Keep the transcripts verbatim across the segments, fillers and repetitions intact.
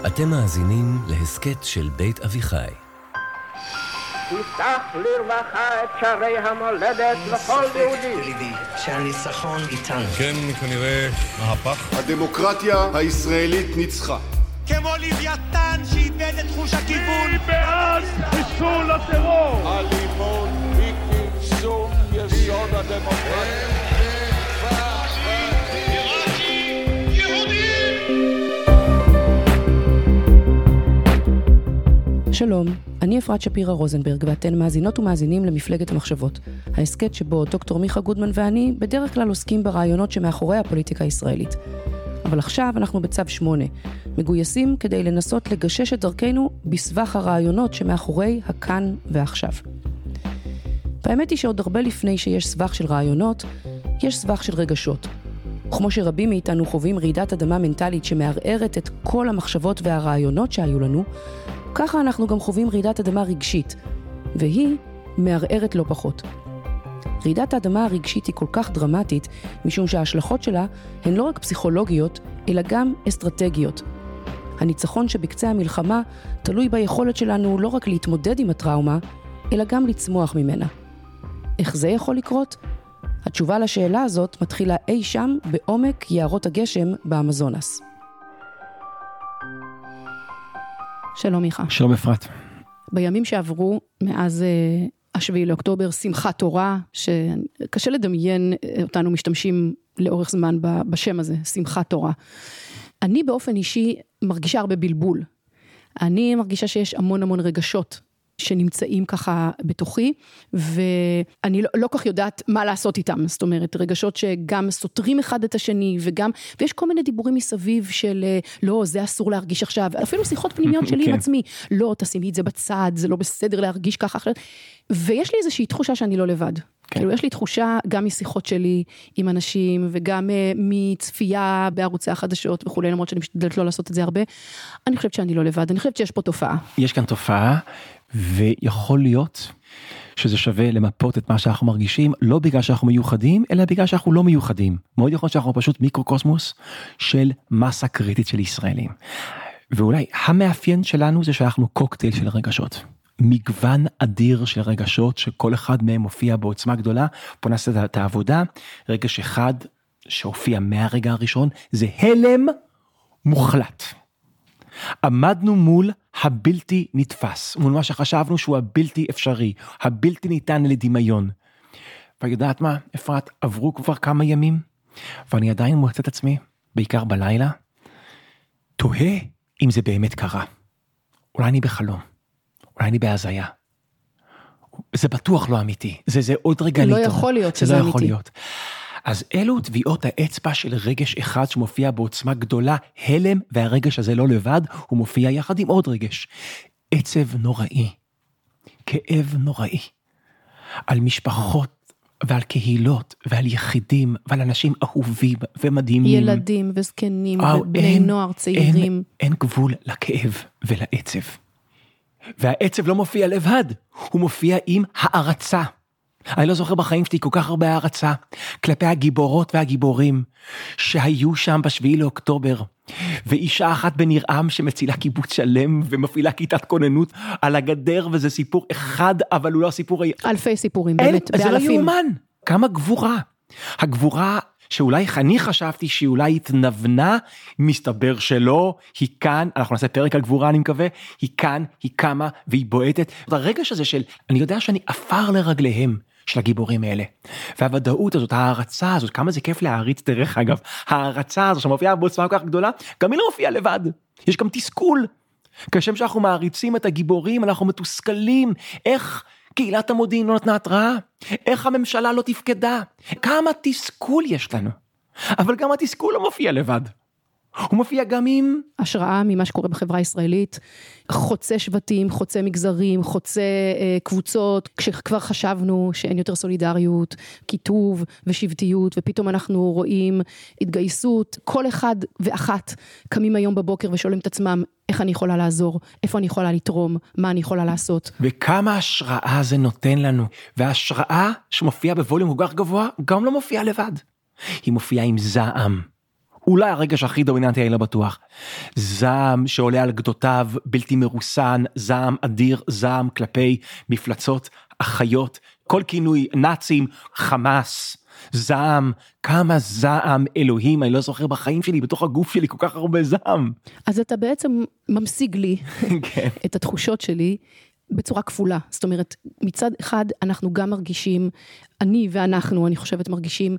אתם מאזינים להסכת של בית אביחי. תפתח לרווחה את שערי המולדת לכל יהודי. שהניצחון איתנו. כן, כנראה מהפך. הדמוקרטיה הישראלית ניצחה. כמו לוויתן שאיבד את חוש הכיוון. מי בעד חיסול הטרור? אלימות היא כרסום יסוד הדמוקרטיה. שלום, אני אפרת שפירה רוזנברג ואתן מאזינות ומאזינים למפלגת המחשבות, ההסכת שבו דוקטור מיכה גודמן ואני בדרך כלל עוסקים ברעיונות שמאחורי הפוליטיקה הישראלית. אבל עכשיו אנחנו בצו שמונה, מגויסים כדי לנסות לגשש את דרכנו בסבך הרעיונות שמאחורי הכאן ועכשיו. האמת היא שעוד הרבה לפני שיש סבך של רעיונות, יש סבך של רגשות. וכמו שרבים מאיתנו חווים רעידת אדמה מנטלית שמערערת את כל המחשבות והרעיונות שהיו לנו, ככה אנחנו גם חווים רעידת אדמה רגשית, והיא מערערת לא פחות. רעידת האדמה הרגשית היא כל כך דרמטית, משום שההשלכות שלה הן לא רק פסיכולוגיות, אלא גם אסטרטגיות. הניצחון שבקצה המלחמה תלוי ביכולת שלנו לא רק להתמודד עם הטראומה, אלא גם לצמוח ממנה. איך זה יכול לקרות? התשובה לשאלה הזאת מתחילה אי שם בעומק יערות הגשם באמזונס. שלום מיכה. שלום אפרת. בימים שעברו מאז השביעי לאוקטובר, שמחת תורה, שקשה לדמיין אותנו משתמשים לאורך זמן בשם הזה, שמחת תורה. אני באופן אישי מרגישה הרבה בלבול. אני מרגישה שיש המון המון רגשות שנמצאים ככה בתוכי, ואני לא, לא כך יודעת מה לעשות איתם, זאת אומרת, רגשות שגם סותרים אחד את השני, וגם, ויש כל מיני דיבורים מסביב של, לא, זה אסור להרגיש עכשיו, אפילו שיחות פנימיות שלי עם עצמי, לא, תשימי את זה בצד, זה לא בסדר להרגיש ככה, ויש לי איזושהי תחושה שאני לא לבד. כאילו, יש לי תחושה גם משיחות שלי עם אנשים, וגם מצפייה בערוצי החדשות וכו', למרות שאני משתדלת לא לעשות את זה הרבה, אני חושבת שאני לא לבד, אני חושבת שיש פה תופעה. יש כאן תופעה, ויכול להיות שזה שווה למפות את מה שאנחנו מרגישים, לא בגלל שאנחנו מיוחדים, אלא בגלל שאנחנו לא מיוחדים. מאוד יכול להיות שאנחנו פשוט מיקרוקוסמוס של מסה קריטית של ישראלים. ואולי המאפיין שלנו זה שאנחנו קוקטייל של רגשות. מגוון אדיר של רגשות שכל אחד מהם מופיע בעוצמה גדולה. פה נעשה את העבודה. רגש אחד שהופיע מהרגע הראשון זה הלם מוחלט. עמדנו מול הבלתי נתפס, מול מה שחשבנו שהוא הבלתי אפשרי, הבלתי ניתן לדמיון. ויודעת מה, אפרת, עברו כבר כמה ימים, ואני עדיין מוצא את עצמי, בעיקר בלילה, תוהה אם זה באמת קרה. אולי אני בחלום, אולי אני בהזיה. זה בטוח לא אמיתי, זה, זה עוד רגע לא יכול להיות שזה לא אמיתי. יכול להיות. אז אלו טביעות האצבע של רגש אחד שמופיע בעוצמה גדולה, הלם, והרגש הזה לא לבד, הוא מופיע יחד עם עוד רגש. עצב נוראי, כאב נוראי, על משפחות ועל קהילות ועל יחידים ועל אנשים אהובים ומדהימים. ילדים וזקנים או, ובני אין, נוער צעירים. אין, אין גבול לכאב ולעצב. והעצב לא מופיע לבד, הוא מופיע עם הערצה. אני לא זוכר בחיים שלי כל כך הרבה הערצה, כלפי הגיבורות והגיבורים, שהיו שם בשביעי לאוקטובר, ואישה אחת בנרעם שמצילה קיבוץ שלם, ומפעילה כיתת כוננות על הגדר, וזה סיפור אחד, אבל הוא לא סיפור... אלפי סיפורים, אין, באמת, באלפים. זה לא יאומן, כמה גבורה. הגבורה שאולי אני חשבתי שהיא אולי התנבנה, מסתבר שלא, היא כאן, אנחנו נעשה פרק על גבורה אני מקווה, היא כאן, היא קמה והיא בועטת. הרגש הזה של, אני יודע שאני אפר לרגליהם, של הגיבורים האלה. והוודאות הזאת, ההערצה הזאת, כמה זה כיף להעריץ דרך אגב, ההערצה הזאת שמופיעה בעוצמה כל כך גדולה, גם היא לא מופיעה לבד. יש גם תסכול. כשם שאנחנו מעריצים את הגיבורים, אנחנו מתוסכלים. איך קהילת המודיעין לא נתנה התראה? איך הממשלה לא תפקדה? כמה תסכול יש לנו. אבל גם התסכול לא מופיע לבד. הוא מופיע גם עם... השראה ממה שקורה בחברה הישראלית, חוצה שבטים, חוצה מגזרים, חוצה אה, קבוצות, כשכבר חשבנו שאין יותר סולידריות, כיתוב ושבטיות, ופתאום אנחנו רואים התגייסות, כל אחד ואחת קמים היום בבוקר ושואלים את עצמם, איך אני יכולה לעזור, איפה אני יכולה לתרום, מה אני יכולה לעשות. וכמה השראה זה נותן לנו, וההשראה שמופיעה בווליום כל כך גבוה, גם לא מופיעה לבד. היא מופיעה עם זעם. אולי הרגש הכי דומיננטי, אני לא בטוח. זעם שעולה על גדותיו, בלתי מרוסן, זעם אדיר, זעם כלפי מפלצות, אחיות, כל כינוי, נאצים, חמאס, זעם, כמה זעם אלוהים, אני לא זוכר בחיים שלי, בתוך הגוף שלי, כל כך הרבה זעם. אז אתה בעצם ממשיג לי את התחושות שלי, בצורה כפולה, זאת אומרת, מצד אחד אנחנו גם מרגישים, אני ואנחנו, אני חושבת מרגישים,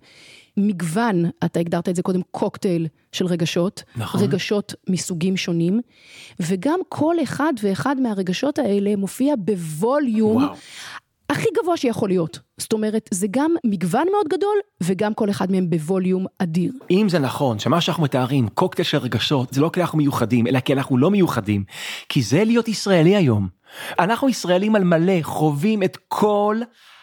מגוון, אתה הגדרת את זה קודם, קוקטייל של רגשות, נכון. רגשות מסוגים שונים, וגם כל אחד ואחד מהרגשות האלה מופיע בווליום, וואו. הכי גבוה שיכול להיות, זאת אומרת, זה גם מגוון מאוד גדול, וגם כל אחד מהם בווליום אדיר. אם זה נכון, שמה שאנחנו מתארים, קוקטייל של רגשות, זה לא כי אנחנו מיוחדים, אלא כי אנחנו לא מיוחדים, כי זה להיות ישראלי היום. אנחנו ישראלים על מלא, חווים את כל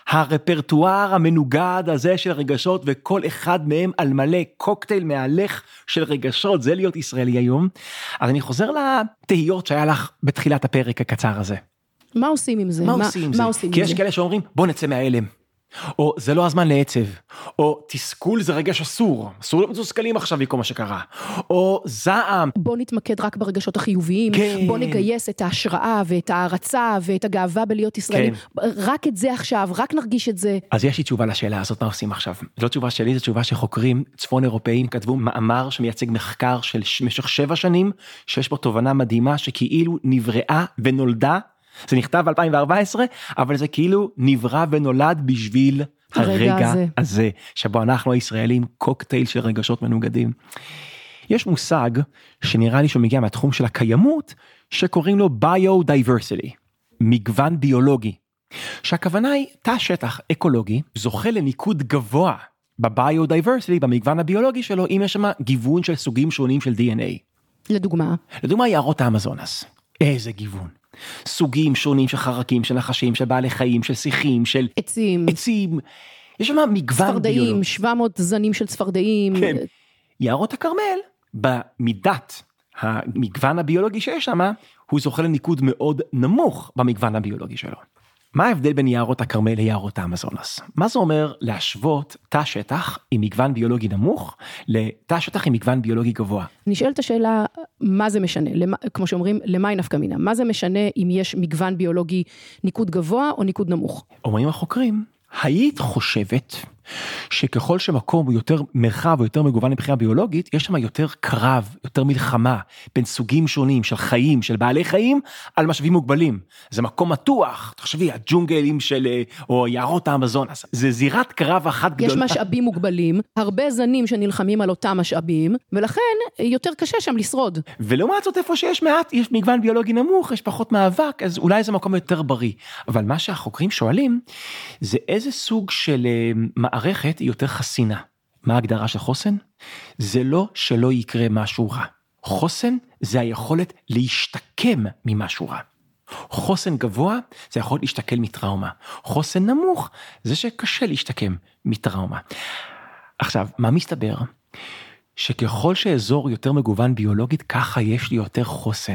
הרפרטואר המנוגד הזה של רגשות, וכל אחד מהם על מלא, קוקטייל מהלך של רגשות, זה להיות ישראלי היום. אז אני חוזר לתהיות שהיה לך בתחילת הפרק הקצר הזה. מה עושים עם זה? מה עושים עם זה? כי יש כאלה שאומרים, בוא נצא מהאלם. או זה לא הזמן לעצב, או תסכול זה רגש אסור, אסור להיות מתוסכלים עכשיו וכל מה שקרה, או זעם. בוא נתמקד רק ברגשות החיוביים, כן. בוא נגייס את ההשראה ואת ההרצה ואת הגאווה בלהיות ישראלים, כן. רק את זה עכשיו, רק נרגיש את זה. אז יש לי תשובה לשאלה הזאת, מה עושים עכשיו? זו תשובה שלי, זו תשובה שחוקרים צפון אירופאים כתבו מאמר שמייצג מחקר של משך שבע שנים, שיש בו תובנה מדהימה שכאילו נבראה ונולדה, זה נכתב ב-אלפיים וארבע עשרה, אבל זה כאילו נברא ונולד בשביל הרגע, הרגע הזה. הזה, שבו אנחנו הישראלים קוקטייל של רגשות מנוגדים. יש מושג שנראה לי שהוא מגיע מהתחום של הקיימות, שקוראים לו ביו-דייברסיטי, מגוון ביולוגי, שהכוונה היא תא שטח אקולוגי, זוכה לניקוד גבוה בביו-דייברסיטי, במגוון הביולוגי שלו, אם יש שם גיוון של סוגים שונים של די אן איי. לדוגמה? לדוגמה יערות האמזונס. איזה גיוון. סוגים שונים של חרקים, של נחשים, של בעלי חיים, של שיחים, של עצים. עצים. יש שם מגוון צפרדעים, ביולוגי. שבע מאות זנים של צפרדעים. כן. יערות הכרמל, במידת המגוון הביולוגי שיש שם, הוא זוכה לניקוד מאוד נמוך במגוון הביולוגי שלו. מה ההבדל בין יערות הכרמל ליערות האמזונס? מה זה אומר להשוות תא שטח עם מגוון ביולוגי נמוך, לתא שטח עם מגוון ביולוגי גבוה? נשאלת השאלה, מה זה משנה? למה, כמו שאומרים, למה היא נפקא מינה? מה זה משנה אם יש מגוון ביולוגי ניקוד גבוה או ניקוד נמוך? אומרים החוקרים, היית חושבת שככל שמקום הוא יותר מרחב או יותר מגוון מבחינה ביולוגית, יש שם יותר קרב, יותר מלחמה, בין סוגים שונים של חיים, של בעלי חיים, על משאבים מוגבלים. זה מקום מתוח, תחשבי, הג'ונגלים של, או יערות האמזונס, זה זירת קרב אחת גדולה. יש משאבים מוגבלים, הרבה זנים שנלחמים על אותם משאבים, ולכן יותר קשה שם לשרוד. ולעומת זאת איפה שיש מעט, יש מגוון ביולוגי נמוך, יש פחות מאבק, אז אולי זה מקום יותר בריא. אבל מה שהחוקרים שואלים, זה איזה סוג של מערכת היא יותר חסינה. מה ההגדרה של חוסן? זה לא שלא יקרה משהו רע. חוסן זה היכולת להשתקם ממשהו רע. חוסן גבוה זה יכול להשתקל מטראומה. חוסן נמוך זה שקשה להשתקם מטראומה. עכשיו, מה מסתבר? שככל שאזור יותר מגוון ביולוגית, ככה יש לי יותר חוסן.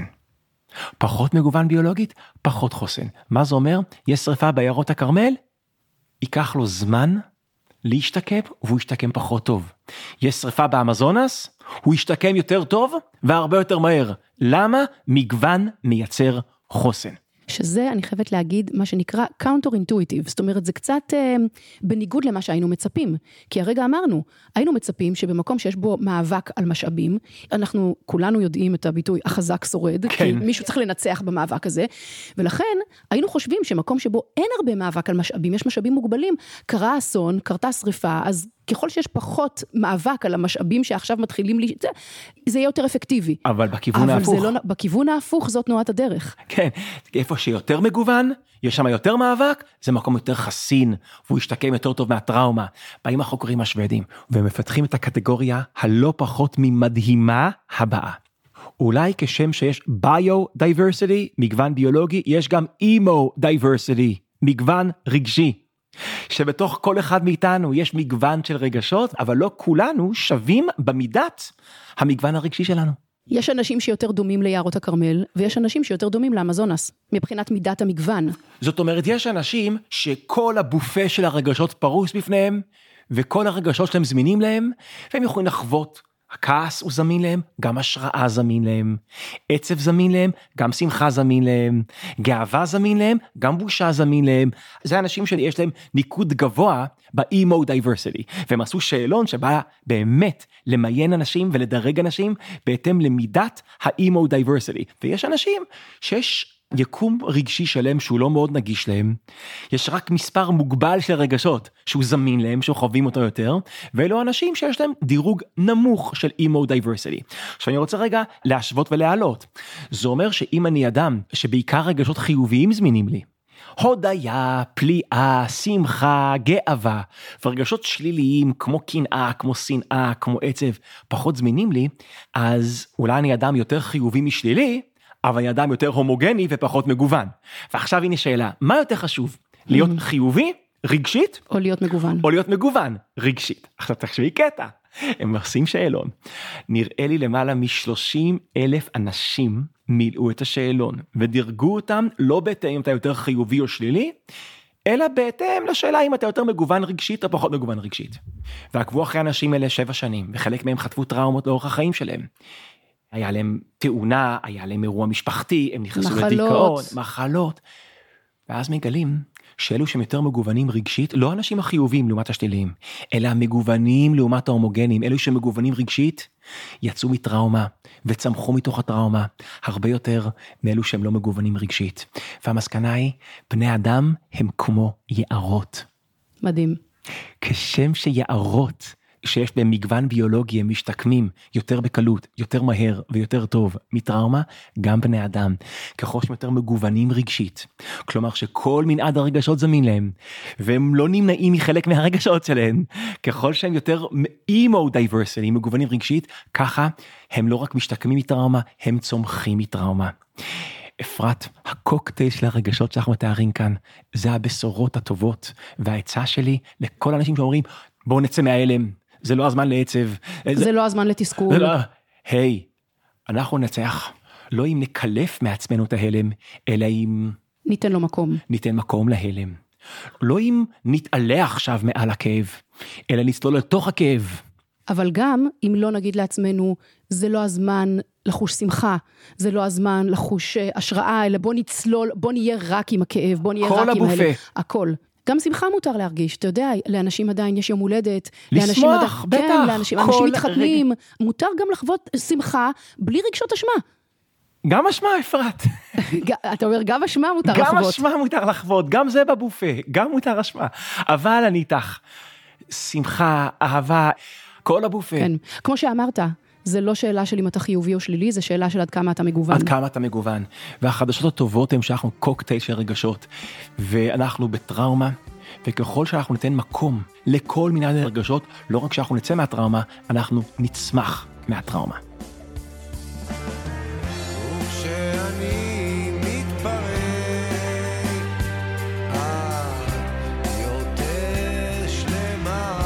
פחות מגוון ביולוגית, פחות חוסן. מה זה אומר? יש שריפה ביערות הכרמל, ייקח לו זמן להשתקם, והוא ישתקם פחות טוב. יש שריפה באמזונס, הוא ישתקם יותר טוב, והרבה יותר מהר. למה? מגוון מייצר חוסן. שזה, אני חייבת להגיד, מה שנקרא counter-intuitive, זאת אומרת, זה קצת אה, בניגוד למה שהיינו מצפים, כי הרגע אמרנו, היינו מצפים שבמקום שיש בו מאבק על משאבים, אנחנו כולנו יודעים את הביטוי, החזק שורד, כן. כי מישהו צריך לנצח במאבק הזה, ולכן היינו חושבים שמקום שבו אין הרבה מאבק על משאבים, יש משאבים מוגבלים, קרה אסון, קרתה שריפה, אז ככל שיש פחות מאבק על המשאבים שעכשיו מתחילים, לי, זה, זה יהיה יותר אפקטיבי. אבל בכיוון ההפוך. אבל לא, בכיוון ההפוך זאת תנועת הדרך. כן, איפה שיותר מגוון, יש שם יותר מאבק, זה מקום יותר חסין, והוא ישתקם יותר טוב מהטראומה. באים החוקרים השוודים, ומפתחים את הקטגוריה הלא פחות ממדהימה הבאה. אולי כשם שיש ביו-דייברסיטי, מגוון ביולוגי, יש גם אימו-דייברסיטי, מגוון רגשי. שבתוך כל אחד מאיתנו יש מגוון של רגשות, אבל לא כולנו שווים במידת המגוון הרגשי שלנו. יש אנשים שיותר דומים ליערות הכרמל, ויש אנשים שיותר דומים לאמזונס, מבחינת מידת המגוון. זאת אומרת, יש אנשים שכל הבופה של הרגשות פרוס בפניהם, וכל הרגשות שלהם זמינים להם, והם יכולים לחוות הכעס הוא זמין להם, גם השראה זמין להם, עצב זמין להם, גם שמחה זמין להם, גאווה זמין להם, גם בושה זמין להם. זה אנשים שיש להם ניקוד גבוה ב-emo diversity, והם עשו שאלון שבא באמת למיין אנשים ולדרג אנשים בהתאם למידת ה-emo diversity, ויש אנשים שיש יקום רגשי שלם שהוא לא מאוד נגיש להם, יש רק מספר מוגבל של רגשות שהוא זמין להם, שחווים אותו יותר, ואלו אנשים שיש להם דירוג נמוך של emo diversity. עכשיו אני רוצה רגע להשוות ולהעלות. זה אומר שאם אני אדם שבעיקר רגשות חיוביים זמינים לי, הודיה, פליאה, שמחה, גאווה, ורגשות שליליים כמו קנאה, כמו שנאה, כמו עצב, פחות זמינים לי, אז אולי אני אדם יותר חיובי משלילי, אבל אני אדם יותר הומוגני ופחות מגוון. ועכשיו הנה שאלה, מה יותר חשוב? להיות חיובי, רגשית? או להיות מגוון. או להיות מגוון, רגשית. עכשיו תחשבי קטע, הם עושים שאלון. נראה לי למעלה מ-שלושים אלף אנשים מילאו את השאלון, ודירגו אותם לא בהתאם אם אתה יותר חיובי או שלילי, אלא בהתאם לשאלה אם אתה יותר מגוון רגשית או פחות מגוון רגשית. ועקבו אחרי אנשים האלה שבע שנים, וחלק מהם חטפו טראומות לאורך החיים שלהם. היה להם תאונה, היה להם אירוע משפחתי, הם נכנסו לדיכאון, מחלות. ואז מגלים שאלו שהם יותר מגוונים רגשית, לא האנשים החיוביים לעומת השליליים, אלא המגוונים לעומת ההומוגנים, אלו שמגוונים רגשית, יצאו מטראומה וצמחו מתוך הטראומה, הרבה יותר מאלו שהם לא מגוונים רגשית. והמסקנה היא, בני אדם הם כמו יערות. מדהים. כשם שיערות, שיש בהם מגוון ביולוגי, הם משתקמים יותר בקלות, יותר מהר ויותר טוב מטראומה, גם בני אדם. ככל שהם יותר מגוונים רגשית, כלומר שכל מנעד הרגשות זמין להם, והם לא נמנעים מחלק מהרגשות שלהם, ככל שהם יותר emo diversity, מגוונים רגשית, ככה הם לא רק משתקמים מטראומה, הם צומחים מטראומה. אפרת, הקוקטייל של הרגשות שאנחנו מתארים כאן, זה הבשורות הטובות, והעצה שלי לכל האנשים שאומרים, בואו נצא מההלם, זה לא הזמן לעצב. זה, זה לא הזמן לתסכול. לא, היי, אנחנו נצח, לא אם נקלף מעצמנו את ההלם, אלא אם... ניתן לו מקום. ניתן מקום להלם. לא אם נתעלה עכשיו מעל הכאב, אלא נסלול לתוך הכאב. אבל גם אם לא נגיד לעצמנו, זה לא הזמן לחוש שמחה, זה לא הזמן לחוש השראה, אלא בוא נצלול, בוא נהיה רק עם הכאב, בוא נהיה רק עם ההלם. הכל. גם שמחה מותר להרגיש, אתה יודע, לאנשים עדיין יש יום הולדת, לשמוח, בטח, כן, לאנשים, אנשים מתחתנים, רגע. מותר גם לחוות שמחה בלי רגשות אשמה. גם אשמה, אפרת. אתה אומר, גם אשמה מותר גם לחוות. גם אשמה מותר לחוות, גם זה בבופה, גם מותר אשמה. אבל אני איתך, שמחה, אהבה, כל הבופה. כן, כמו שאמרת, זה לא שאלה של אם אתה חיובי או שלילי, זה שאלה של עד כמה אתה מגוון. עד כמה אתה מגוון. והחדשות הטובות הן שאנחנו קוקטייל של רגשות, ואנחנו בטראומה, וככל שאנחנו ניתן מקום לכל מנעד הרגשות, לא רק שאנחנו נצא מהטראומה, אנחנו נצמח מהטראומה. וכשאני מתפרק, את יותר שלמה,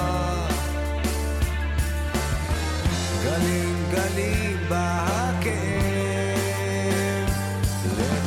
גלים גלים בהכאב, לב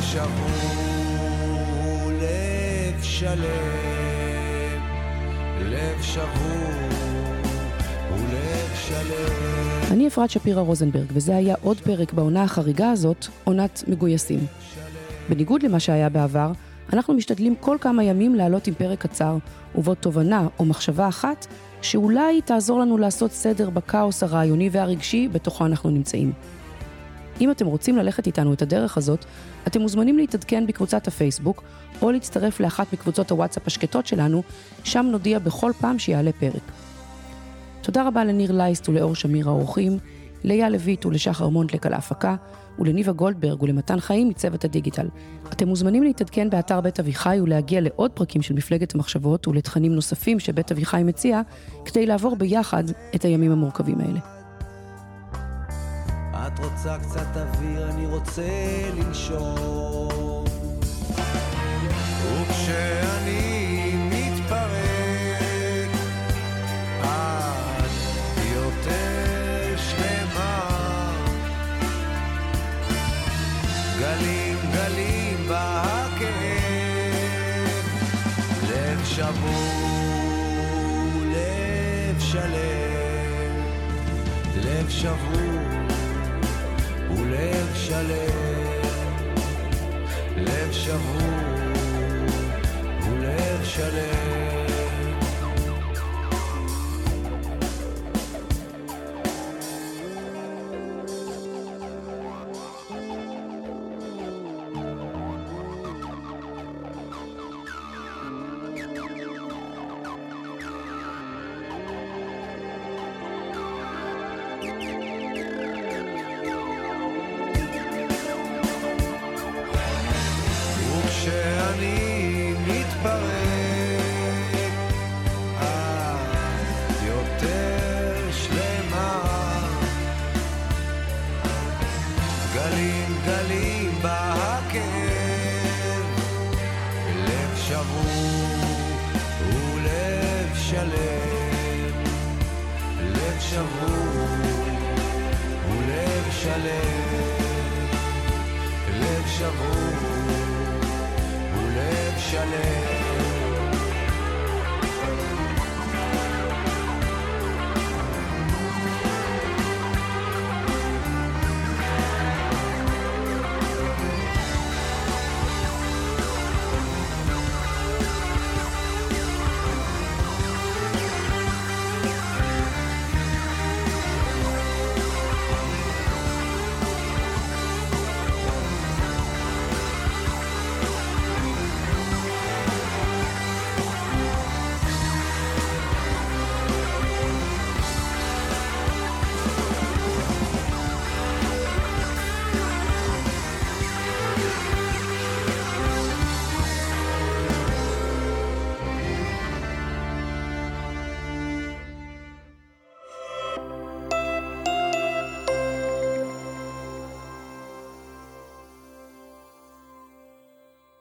שבור, לב שלם, לב שבור ולב שלם. אני אפרת שפירה רוזנברג, וזה היה עוד פרק בעונה החריגה הזאת, עונת מגויסים. בניגוד למה שהיה בעבר, אנחנו משתדלים כל כמה ימים לעלות עם פרק קצר, ובו תובנה או מחשבה אחת, שאולי תעזור לנו לעשות סדר בקאוס הרעיוני והרגשי בתוכו אנחנו נמצאים. אם אתם רוצים ללכת איתנו את הדרך הזאת, אתם מוזמנים להתעדכן בקבוצת הפייסבוק, או להצטרף לאחת מקבוצות הוואטסאפ השקטות שלנו, שם נודיע בכל פעם שיעלה פרק. תודה רבה לניר לייסט ולאור שמיר האורחים, ליה לויט ולשחר מונטלק על ההפקה, ולניבה גולדברג ולמתן חיים מצוות הדיגיטל. אתם מוזמנים להתעדכן באתר בית אביחי ולהגיע לעוד פרקים של מפלגת המחשבות ולתכנים נוספים שבית אביחי מציע, כדי לעבור ביחד את הימים המורכבים האלה. את רוצה קצת אוויר, אני רוצה לנשום, וכשאני מתפרק, את יותר שלמה, גלים גלים בהכאב, לב שבור, לב שלם, לב שבור ולב שלם, לב שבור ולב שלם. וכשאני מתפרק, את יותר שלמה. גלים גלים בהכאב, לב שבור ולב שלם, לב שבור